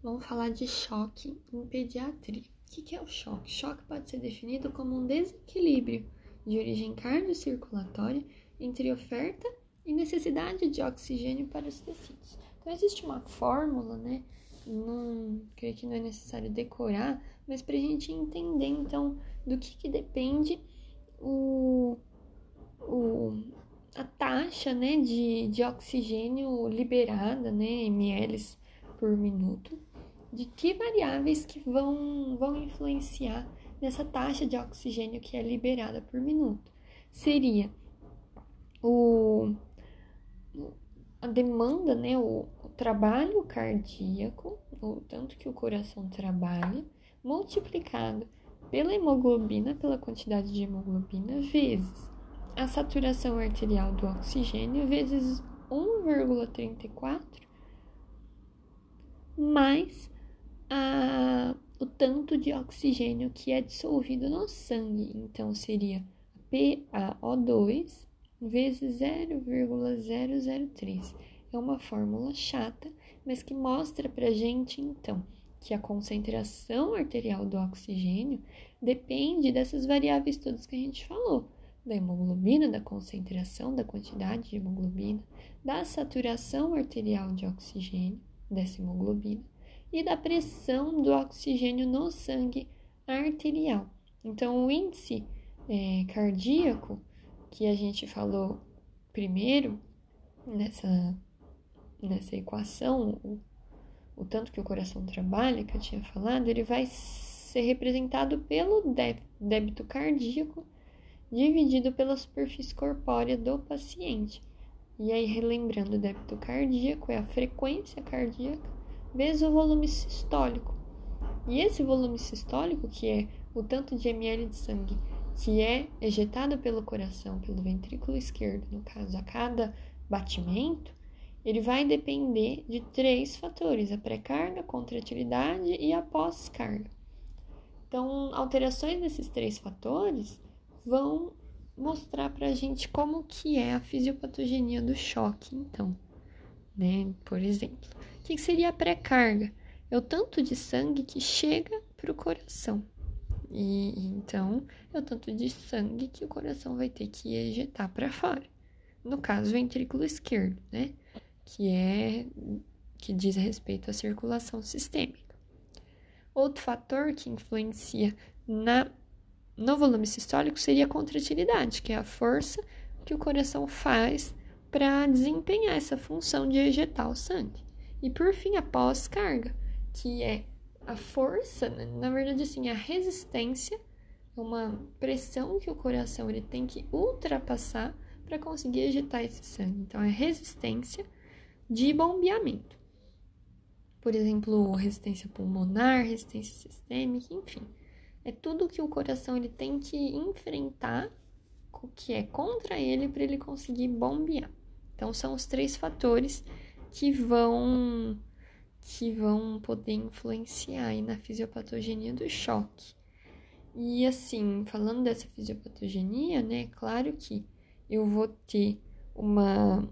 Vamos falar de choque em pediatria. O que é o choque? Choque pode ser definido como um desequilíbrio de origem cardiocirculatória entre oferta e necessidade de oxigênio para os tecidos. Então, existe uma fórmula, né? Creio que não é necessário decorar, mas para a gente entender, então, do que depende a taxa, né, de oxigênio liberada, né, ml por minuto, de que variáveis que vão influenciar nessa taxa de oxigênio que é liberada por minuto. Seria a demanda, né, o trabalho cardíaco, o tanto que o coração trabalha, multiplicado pela hemoglobina, pela quantidade de hemoglobina, vezes a saturação arterial do oxigênio, vezes 1,34, mais o tanto de oxigênio que é dissolvido no sangue. Então, seria PaO2 vezes 0,003. É uma fórmula chata, mas que mostra pra gente, então, que a concentração arterial do oxigênio depende dessas variáveis todas que a gente falou. Da hemoglobina, da concentração, da quantidade de hemoglobina, da saturação arterial de oxigênio, dessa hemoglobina, e da pressão do oxigênio no sangue arterial. Então, o índice cardíaco, que a gente falou primeiro nessa equação, o tanto que o coração trabalha, que eu tinha falado, ele vai ser representado pelo débito cardíaco dividido pela superfície corpórea do paciente. E aí, relembrando, o débito cardíaco é a frequência cardíaca vezes o volume sistólico. E esse volume sistólico, que é o tanto de ml de sangue que é ejetado pelo coração, pelo ventrículo esquerdo, no caso, a cada batimento, ele vai depender de 3 fatores: a pré-carga, a contratilidade e a pós-carga. Então, alterações desses 3 fatores vão mostrar pra gente como que é a fisiopatogenia do choque, então, né? Por exemplo, o que seria a pré-carga? É o tanto de sangue que chega para o coração. E então, é o tanto de sangue que o coração vai ter que ejetar para fora. No caso, o ventrículo esquerdo, né? Que diz respeito à circulação sistêmica. Outro fator que influencia no volume sistólico seria a contratilidade, que é a força que o coração faz para desempenhar essa função de ejetar o sangue. E por fim, a pós-carga, que é a força, na verdade, assim, a resistência, uma pressão que o coração ele tem que ultrapassar para conseguir ejetar esse sangue. Então, é resistência de bombeamento. Por exemplo, resistência pulmonar, resistência sistêmica, enfim. É tudo que o coração ele tem que enfrentar, o que é contra ele, para ele conseguir bombear. Então, são os 3 fatores que vão poder influenciar aí na fisiopatogenia do choque. E assim, falando dessa fisiopatogenia, né, claro que eu vou ter uma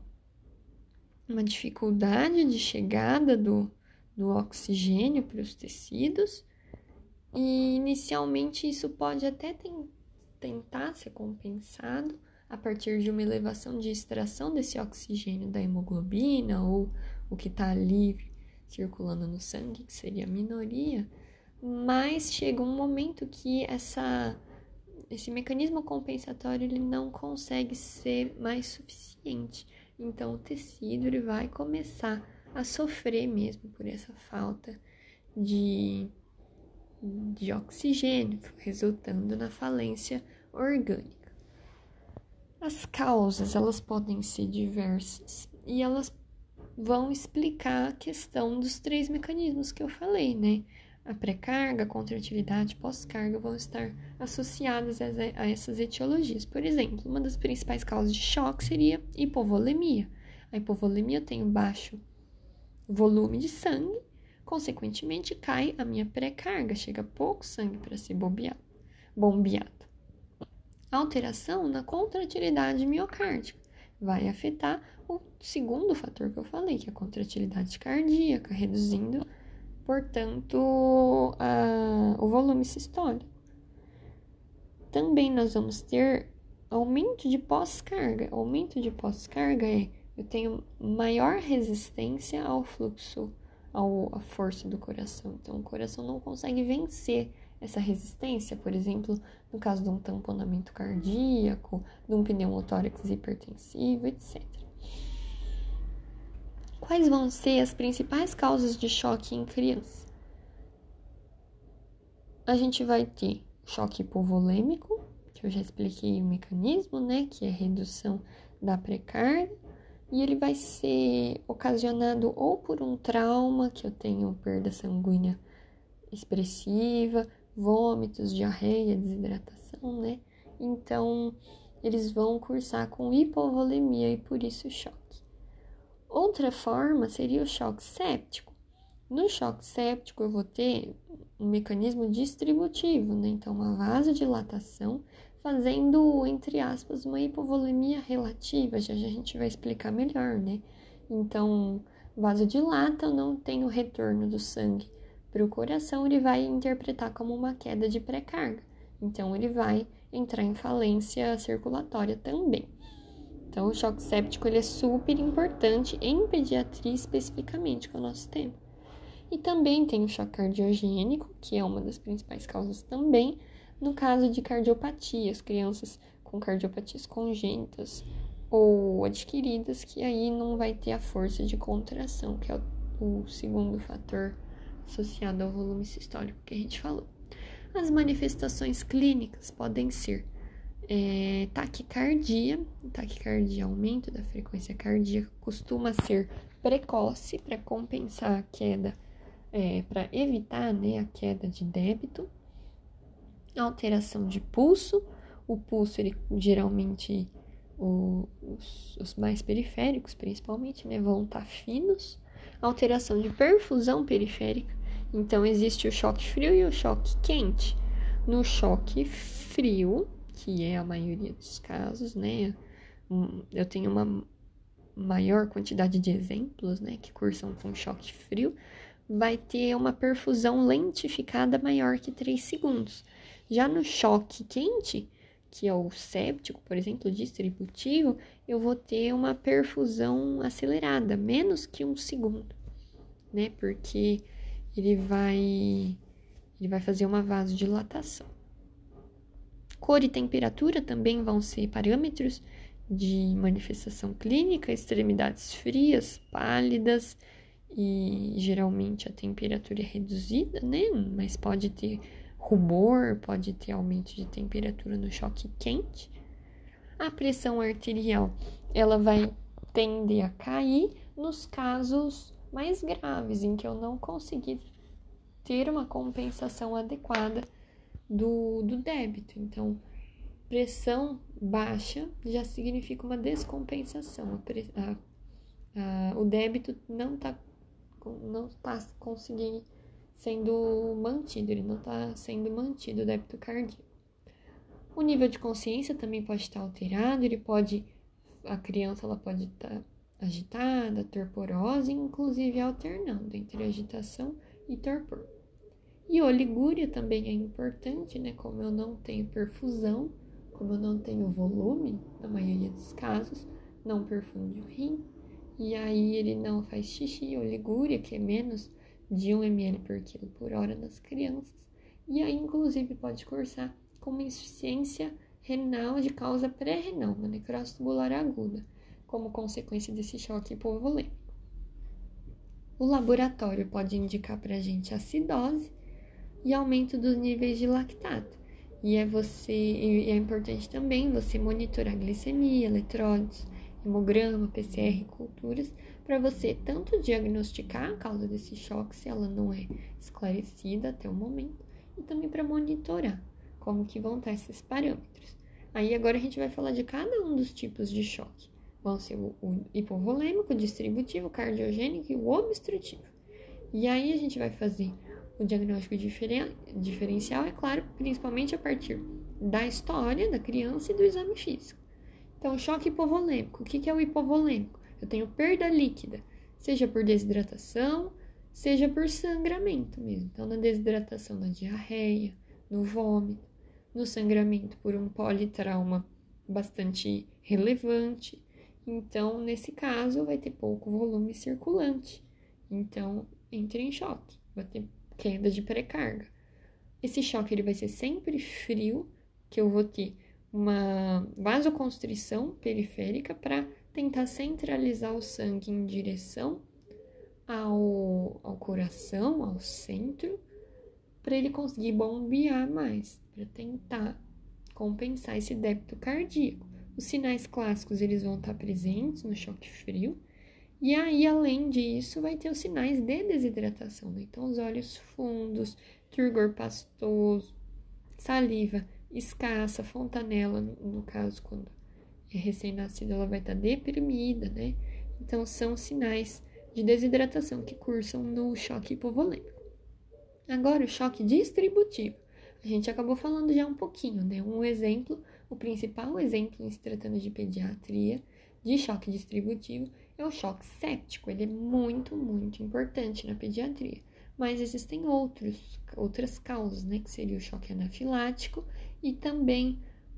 dificuldade de chegada do oxigênio para os tecidos, e inicialmente isso pode até tentar ser compensado a partir de uma elevação de extração desse oxigênio da hemoglobina ou o que está livre circulando no sangue, que seria a minoria, mas chega um momento que esse mecanismo compensatório ele não consegue ser mais suficiente. Então, o tecido ele vai começar a sofrer mesmo por essa falta de oxigênio, resultando na falência orgânica. As causas, elas podem ser diversas e elas vão explicar a questão dos 3 mecanismos que eu falei, né? A pré-carga, a contratilidade, pós-carga vão estar associadas a essas etiologias. Por exemplo, uma das principais causas de choque seria hipovolemia. A hipovolemia tem um baixo volume de sangue, consequentemente cai a minha pré-carga, chega pouco sangue para ser bombeado. Alteração na contratilidade miocárdica vai afetar o segundo fator que eu falei, que é a contratilidade cardíaca, reduzindo portanto, o volume sistólico. Também nós vamos ter aumento de pós-carga. Aumento de pós-carga eu tenho maior resistência ao fluxo, à força do coração. Então, o coração não consegue vencer essa resistência, por exemplo, no caso de um tamponamento cardíaco, de um pneumotórax hipertensivo, etc. Quais vão ser as principais causas de choque em criança? A gente vai ter choque hipovolêmico, que eu já expliquei o mecanismo, né, que é a redução da pré-carga, e ele vai ser ocasionado ou por um trauma, que eu tenho perda sanguínea expressiva, vômitos, diarreia, desidratação, né? Então, eles vão cursar com hipovolemia e por isso o choque. Outra forma seria o choque séptico. No choque séptico, eu vou ter um mecanismo distributivo, né? Então, uma vasodilatação fazendo, entre aspas, uma hipovolemia relativa. Já a gente vai explicar melhor, né? Então, vasodilata, eu não tenho retorno do sangue para o coração, ele vai interpretar como uma queda de pré-carga. Então, ele vai entrar em falência circulatória também. Então, o choque séptico ele é super importante em pediatria especificamente, que é o nosso tema. E também tem o choque cardiogênico, que é uma das principais causas também, no caso de cardiopatias, crianças com cardiopatias congênitas ou adquiridas, que aí não vai ter a força de contração, que é o segundo fator associado ao volume sistólico que a gente falou. As manifestações clínicas podem ser taquicardia, aumento da frequência cardíaca, costuma ser precoce para compensar a queda, para evitar, né, a queda de débito, alteração de pulso, o pulso ele geralmente, os mais periféricos principalmente, né, vão estar finos, alteração de perfusão periférica, então existe o choque frio e o choque quente. No choque frio, que é a maioria dos casos, né, eu tenho uma maior quantidade de exemplos, né, que cursam com choque frio, vai ter uma perfusão lentificada maior que 3 segundos. Já no choque quente, que é o séptico, por exemplo, distributivo, eu vou ter uma perfusão acelerada, menos que 1 segundo, né? Porque ele vai fazer uma vasodilatação. Cor e temperatura também vão ser parâmetros de manifestação clínica, extremidades frias, pálidas, e geralmente a temperatura é reduzida, né? Mas pode ter rubor, pode ter aumento de temperatura no choque quente. A pressão arterial, ela vai tender a cair nos casos mais graves, em que eu não consegui ter uma compensação adequada do débito. Então, pressão baixa já significa uma descompensação. O débito não está conseguindo sendo mantido, ele não está sendo mantido, o débito cardíaco. O nível de consciência também pode estar alterado, a criança ela pode estar agitada, torporosa, inclusive alternando entre agitação e torpor. E oligúria também é importante, né? Como eu não tenho perfusão, como eu não tenho volume, na maioria dos casos, não perfunde o rim, e aí ele não faz xixi, oligúria, que é menos de 1 ml por quilo por hora nas crianças, e aí inclusive pode cursar com uma insuficiência renal de causa pré-renal, uma necrose tubular aguda, como consequência desse choque hipovolêmico. O laboratório pode indicar para a gente acidose e aumento dos níveis de lactato. E é importante também você monitorar glicemia, eletrólitos, hemograma, PCR, culturas, para você tanto diagnosticar a causa desse choque, se ela não é esclarecida até o momento, e também para monitorar como que vão estar esses parâmetros. Aí agora a gente vai falar de cada um dos tipos de choque. Vão ser o hipovolêmico, o distributivo, o cardiogênico e o obstrutivo. E aí a gente vai fazer o diagnóstico diferencial, é claro, principalmente a partir da história da criança e do exame físico. Então, choque hipovolêmico. O que é o hipovolêmico? Eu tenho perda líquida, seja por desidratação, seja por sangramento mesmo. Então, na desidratação, na diarreia, no vômito, no sangramento por um politrauma bastante relevante. Então, nesse caso, vai ter pouco volume circulante. Então, entra em choque, vai ter queda de pré-carga. Esse choque ele vai ser sempre frio, que eu vou ter uma vasoconstrição periférica para tentar centralizar o sangue em direção ao coração, ao centro, para ele conseguir bombear mais, para tentar compensar esse débito cardíaco. Os sinais clássicos eles vão estar presentes no choque frio, e aí, além disso, vai ter os sinais de desidratação, né? Então, os olhos fundos, turgor pastoso, saliva escassa, fontanela, no caso, quando é recém-nascida, ela vai estar deprimida, né? Então, são sinais de desidratação que cursam no choque hipovolêmico. Agora, o choque distributivo. A gente acabou falando já um pouquinho, né? Um exemplo, o principal exemplo em se tratando de pediatria, de choque distributivo, é o choque séptico. Ele é muito, muito importante na pediatria. Mas existem outras causas, né? Que seria o choque anafilático e também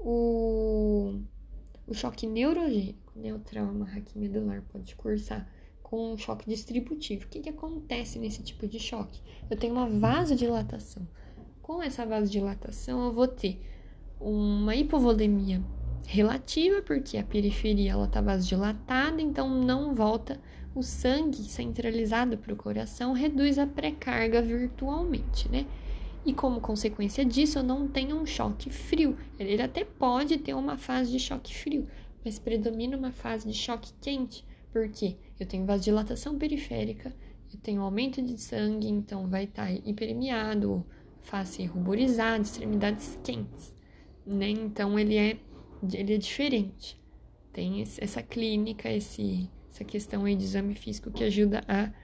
o choque neurogênico, né? O trauma raquimedular pode cursar com um choque distributivo. O que acontece nesse tipo de choque? Eu tenho uma vasodilatação. Com essa vasodilatação, eu vou ter uma hipovolemia relativa, porque a periferia está vasodilatada, então não volta o sangue centralizado para o coração, reduz a pré-carga virtualmente, né? E como consequência disso, eu não tenho um choque frio. Ele até pode ter uma fase de choque frio, mas predomina uma fase de choque quente, porque eu tenho vasodilatação periférica, eu tenho aumento de sangue, então vai estar hiperemiado, face ruborizada, extremidades quentes, né? Então ele é diferente. Tem essa clínica, essa questão aí de exame físico que ajuda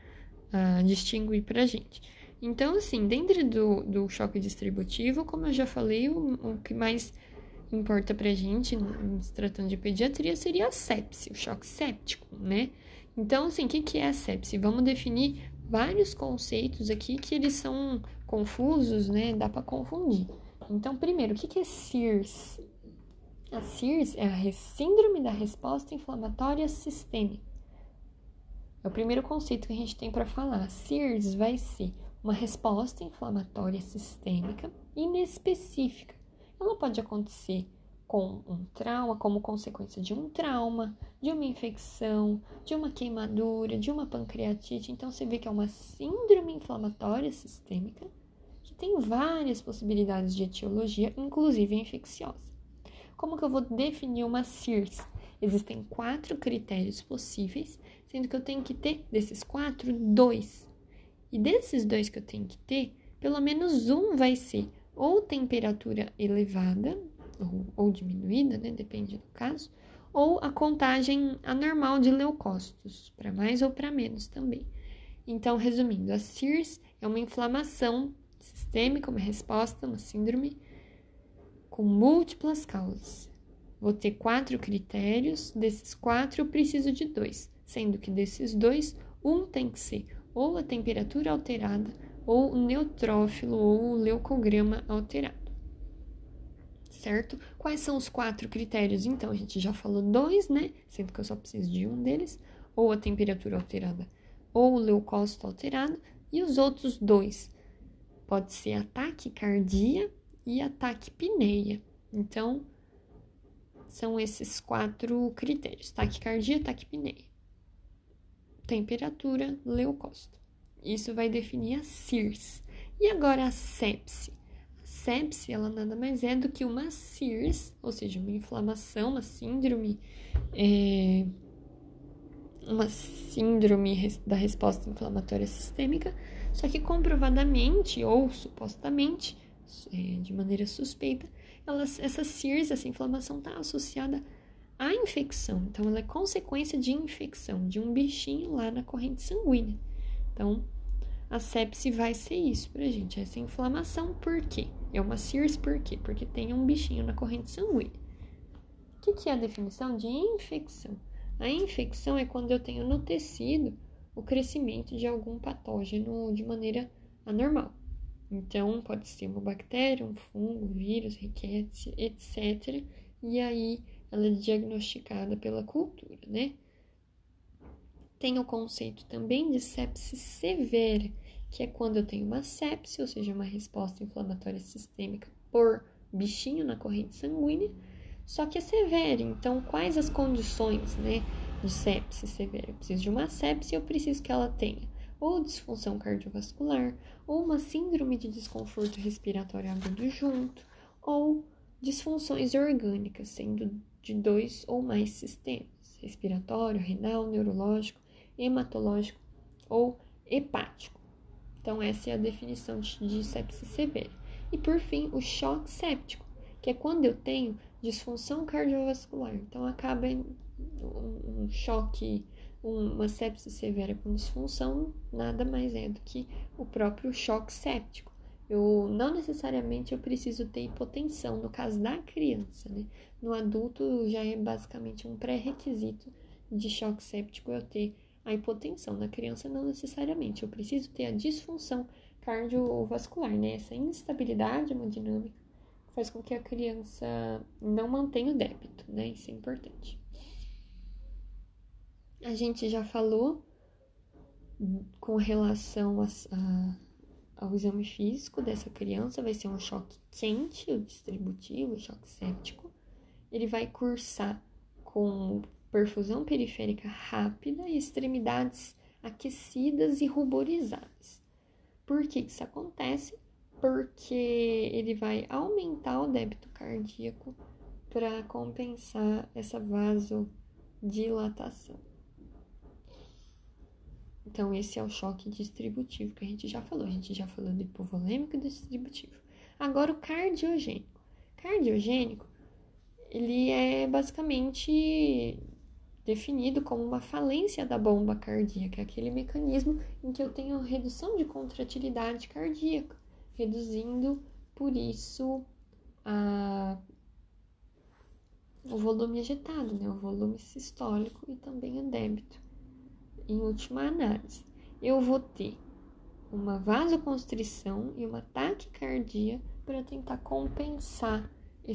a distinguir pra gente. Então, assim, dentro do choque distributivo, como eu já falei, o que mais importa pra gente, se tratando de pediatria, seria a sepse, o choque séptico, né? Então, assim, o que é a sepse? Vamos definir vários conceitos aqui que eles são confusos, né? Dá para confundir. Então, primeiro, o que é SIRS? A SIRS é a síndrome da resposta inflamatória sistêmica. É o primeiro conceito que a gente tem para falar. A SIRS vai ser uma resposta inflamatória sistêmica inespecífica. Ela pode acontecer com um trauma, como consequência de um trauma, de uma infecção, de uma queimadura, de uma pancreatite. Então, você vê que é uma síndrome inflamatória sistêmica que tem várias possibilidades de etiologia, inclusive infecciosa. Como que eu vou definir uma SIRS? Existem 4 critérios possíveis, sendo que eu tenho que ter, desses 4, 2. E desses 2 que eu tenho que ter, pelo menos um vai ser ou temperatura elevada, ou diminuída, né? Depende do caso, ou a contagem anormal de leucócitos, para mais ou para menos também. Então, resumindo, a SIRS é uma inflamação sistêmica, uma resposta, uma síndrome com múltiplas causas. Vou ter 4 critérios, desses 4 eu preciso de 2, sendo que desses 2, um tem que ser ou a temperatura alterada, ou o neutrófilo, ou o leucograma alterado. Certo? Quais são os 4 critérios? Então, a gente já falou 2, né? Sendo que eu só preciso de um deles, ou a temperatura alterada, ou o leucócito alterado, e os outros 2 pode ser a taquicardia e a taquipneia. Então, são esses 4 critérios: taquicardia, taquipneia, temperatura, leucócito. Isso vai definir a SIRS. E agora a sepse. A sepse, ela nada mais é do que uma SIRS, ou seja, uma inflamação, uma síndrome da resposta inflamatória sistêmica, só que comprovadamente ou supostamente, de maneira suspeita, essa SIRS, essa inflamação está associada à infecção. Então, ela é consequência de infecção, de um bichinho lá na corrente sanguínea. Então, a sepse vai ser isso pra gente, essa inflamação. Por quê? É uma SIRS por quê? Porque tem um bichinho na corrente sanguínea. O que é a definição de infecção? A infecção é quando eu tenho no tecido o crescimento de algum patógeno de maneira anormal. Então, pode ser uma bactéria, um fungo, um vírus, riquete, etc. E aí, ela é diagnosticada pela cultura, né? Tem o conceito também de sepse severa, que é quando eu tenho uma sepse, ou seja, uma resposta inflamatória sistêmica por bichinho na corrente sanguínea, só que é severa. Então, quais as condições, né, de sepse severa? Eu preciso de uma sepse e eu preciso que ela tenha ou disfunção cardiovascular, ou uma síndrome de desconforto respiratório agudo junto, ou disfunções orgânicas, sendo de 2 ou mais sistemas, respiratório, renal, neurológico, hematológico ou hepático. Então, essa é a definição de sepse severa. E, por fim, o choque séptico, que é quando eu tenho disfunção cardiovascular. Então, acaba um choque, uma sepse severa com disfunção, nada mais é do que o próprio choque séptico. Não necessariamente eu preciso ter hipotensão, no caso da criança, né? No adulto já é basicamente um pré-requisito de choque séptico eu ter a hipotensão. Na criança não necessariamente, eu preciso ter a disfunção cardiovascular, né? Essa instabilidade hemodinâmica faz com que a criança não mantenha o débito, né? Isso é importante. A gente já falou com relação ao exame físico dessa criança, vai ser um choque quente, o distributivo, o choque séptico. Ele vai cursar com perfusão periférica rápida e extremidades aquecidas e ruborizadas. Por que isso acontece? Porque ele vai aumentar o débito cardíaco para compensar essa vasodilatação. Então, esse é o choque distributivo que a gente já falou. A gente já falou do hipovolêmico e do distributivo. Agora, o cardiogênico. Cardiogênico, ele é basicamente definido como uma falência da bomba cardíaca, aquele mecanismo em que eu tenho redução de contratilidade cardíaca, reduzindo, por isso, o volume ejetado, né? O volume sistólico e também o débito. Em última análise, eu vou ter uma vasoconstrição e uma taquicardia para tentar compensar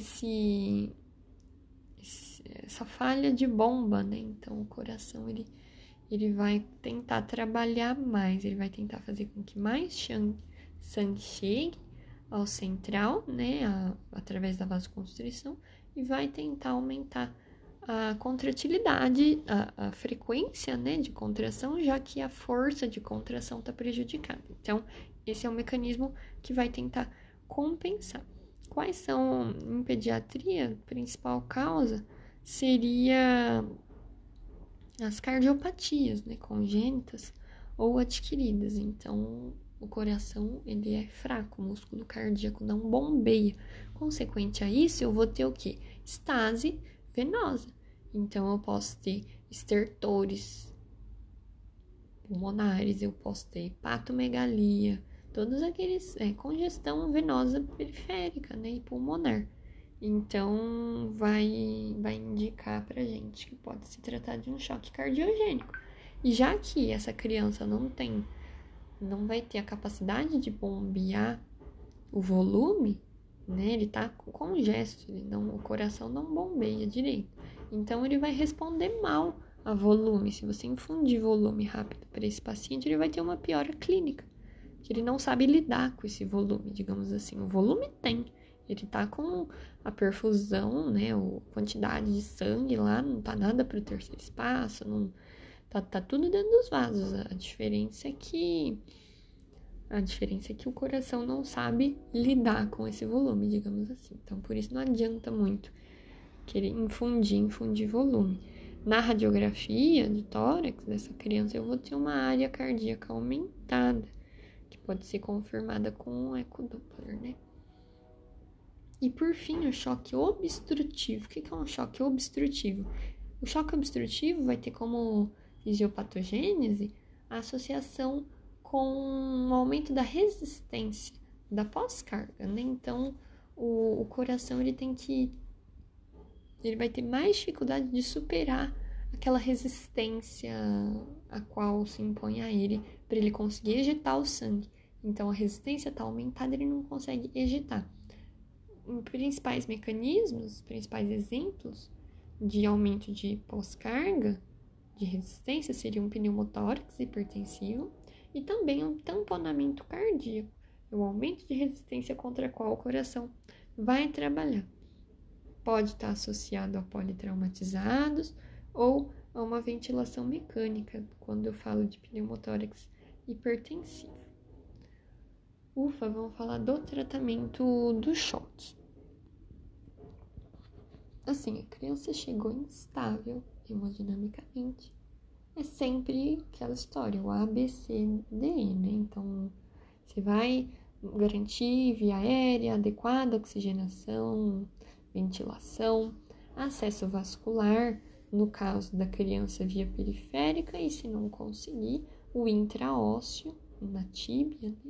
essa falha de bomba, né? Então, o coração, ele vai tentar trabalhar mais, ele vai tentar fazer com que mais sangue chegue ao central, né? Através da vasoconstrição, e vai tentar aumentar a contratilidade, a frequência, né, de contração, já que a força de contração está prejudicada. Então, esse é um mecanismo que vai tentar compensar. Quais são, em pediatria, a principal causa seria as cardiopatias, né, congênitas ou adquiridas. Então, o coração, ele é fraco, o músculo cardíaco não bombeia. Consequente a isso, eu vou ter o quê? Estase venosa. Então, eu posso ter estertores pulmonares, eu posso ter hepatomegalia, todos aqueles, congestão venosa periférica, né, e pulmonar. Então, vai indicar pra gente que pode se tratar de um choque cardiogênico. E já que essa criança não vai ter a capacidade de bombear o volume, né? Ele tá congesto, o coração não bombeia direito. Então, ele vai responder mal a volume. Se você infundir volume rápido para esse paciente, ele vai ter uma piora clínica, que ele não sabe lidar com esse volume, digamos assim. O volume tem, ele tá com a perfusão, né? A quantidade de sangue lá, não tá nada pro terceiro espaço, não tá tudo dentro dos vasos. A diferença é que o coração não sabe lidar com esse volume, digamos assim. Então, por isso não adianta muito querer infundir volume. Na radiografia de tórax dessa criança, eu vou ter uma área cardíaca aumentada, que pode ser confirmada com um ecodoppler, né? E por fim, o choque obstrutivo. O que é um choque obstrutivo? O choque obstrutivo vai ter como fisiopatogênese a associação com o aumento da resistência da pós-carga, né? Então, o coração ele vai ter mais dificuldade de superar aquela resistência a qual se impõe a ele para ele conseguir ejetar o sangue. Então, a resistência está aumentada e ele não consegue ejetar. Principais mecanismos, principais exemplos de aumento de pós-carga, de resistência, seria um pneumotórax hipertensivo e também um tamponamento cardíaco, o aumento de resistência contra a qual o coração vai trabalhar. Pode estar associado a politraumatizados ou a uma ventilação mecânica, quando eu falo de pneumotórax hipertensivo. Ufa, vamos falar do tratamento do choque. Assim, a criança chegou instável hemodinamicamente. É sempre aquela história, o ABCDE, né? Então, você vai garantir via aérea, adequada oxigenação, ventilação, acesso vascular, no caso da criança via periférica, e se não conseguir, o intraósseo, na tíbia, né?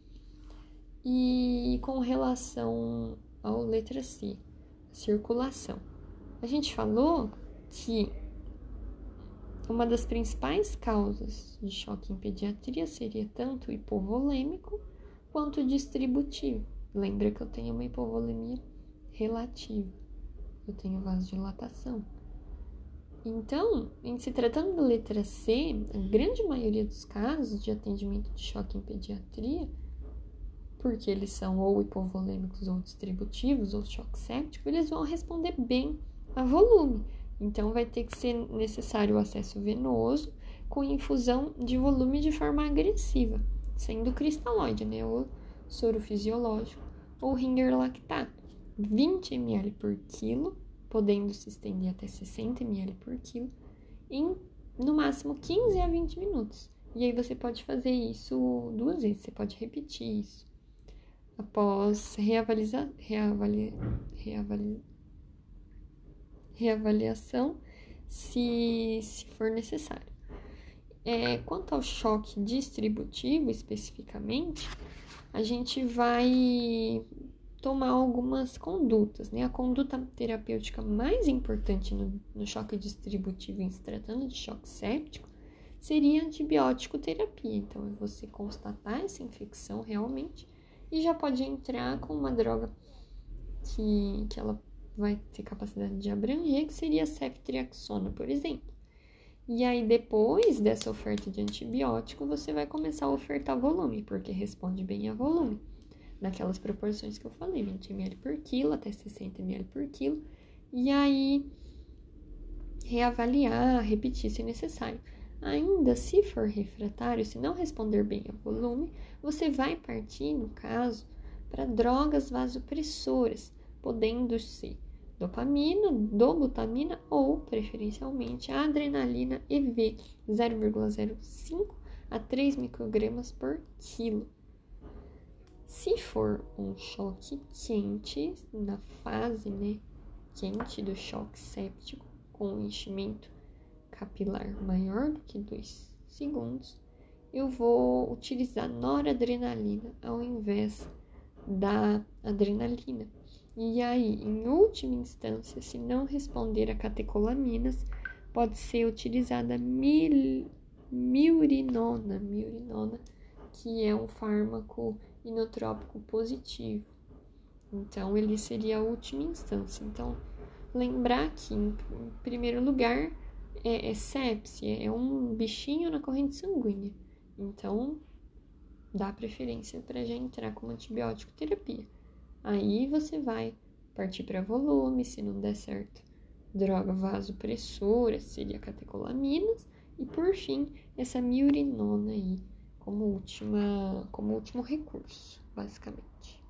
E com relação ao letra C, circulação. A gente falou que uma das principais causas de choque em pediatria seria tanto hipovolêmico quanto distributivo. Lembra que eu tenho uma hipovolemia relativa, eu tenho vasodilatação. Então, em se tratando da letra C, a grande maioria dos casos de atendimento de choque em pediatria, porque eles são ou hipovolêmicos ou distributivos ou choque séptico, eles vão responder bem a volume. Então, vai ter que ser necessário o acesso venoso com infusão de volume de forma agressiva, sendo cristalóide, né, ou soro fisiológico, ou ringer lactato, 20 ml por quilo, podendo se estender até 60 ml por quilo, em no máximo 15 a 20 minutos. E aí você pode fazer isso 2 vezes, você pode repetir isso após reavaliação, se for necessário. Quanto ao choque distributivo, especificamente, a gente vai tomar algumas condutas, né? A conduta terapêutica mais importante no choque distributivo, em se tratando de choque séptico, seria a antibiótico terapia. Então, é você constatar essa infecção realmente e já pode entrar com uma droga que ela vai ter capacidade de abranger, que seria a ceftriaxona, por exemplo. E aí, depois dessa oferta de antibiótico, você vai começar a ofertar volume, porque responde bem a volume, naquelas proporções que eu falei, 20 ml por quilo até 60 ml por quilo. E aí, reavaliar, repetir se necessário. Ainda, se for refratário, se não responder bem ao volume, você vai partir, no caso, para drogas vasopressoras, podendo ser dopamina, dobutamina ou, preferencialmente, a adrenalina EV, 0,05 a 3 microgramas por quilo. Se for um choque quente, na fase, né, quente do choque séptico, com enchimento capilar maior do que 2 segundos, eu vou utilizar noradrenalina ao invés da adrenalina. E aí, em última instância, se não responder a catecolaminas, pode ser utilizada miurinona, que é um fármaco inotrópico positivo. Então, ele seria a última instância. Então, lembrar que, em primeiro lugar, é sepse, é um bichinho na corrente sanguínea. Então, dá preferência para já entrar com antibiótico terapia. Aí você vai partir para volume, se não der certo, droga vasopressora, seria catecolaminas, e por fim, essa miurinona aí, como último recurso, basicamente.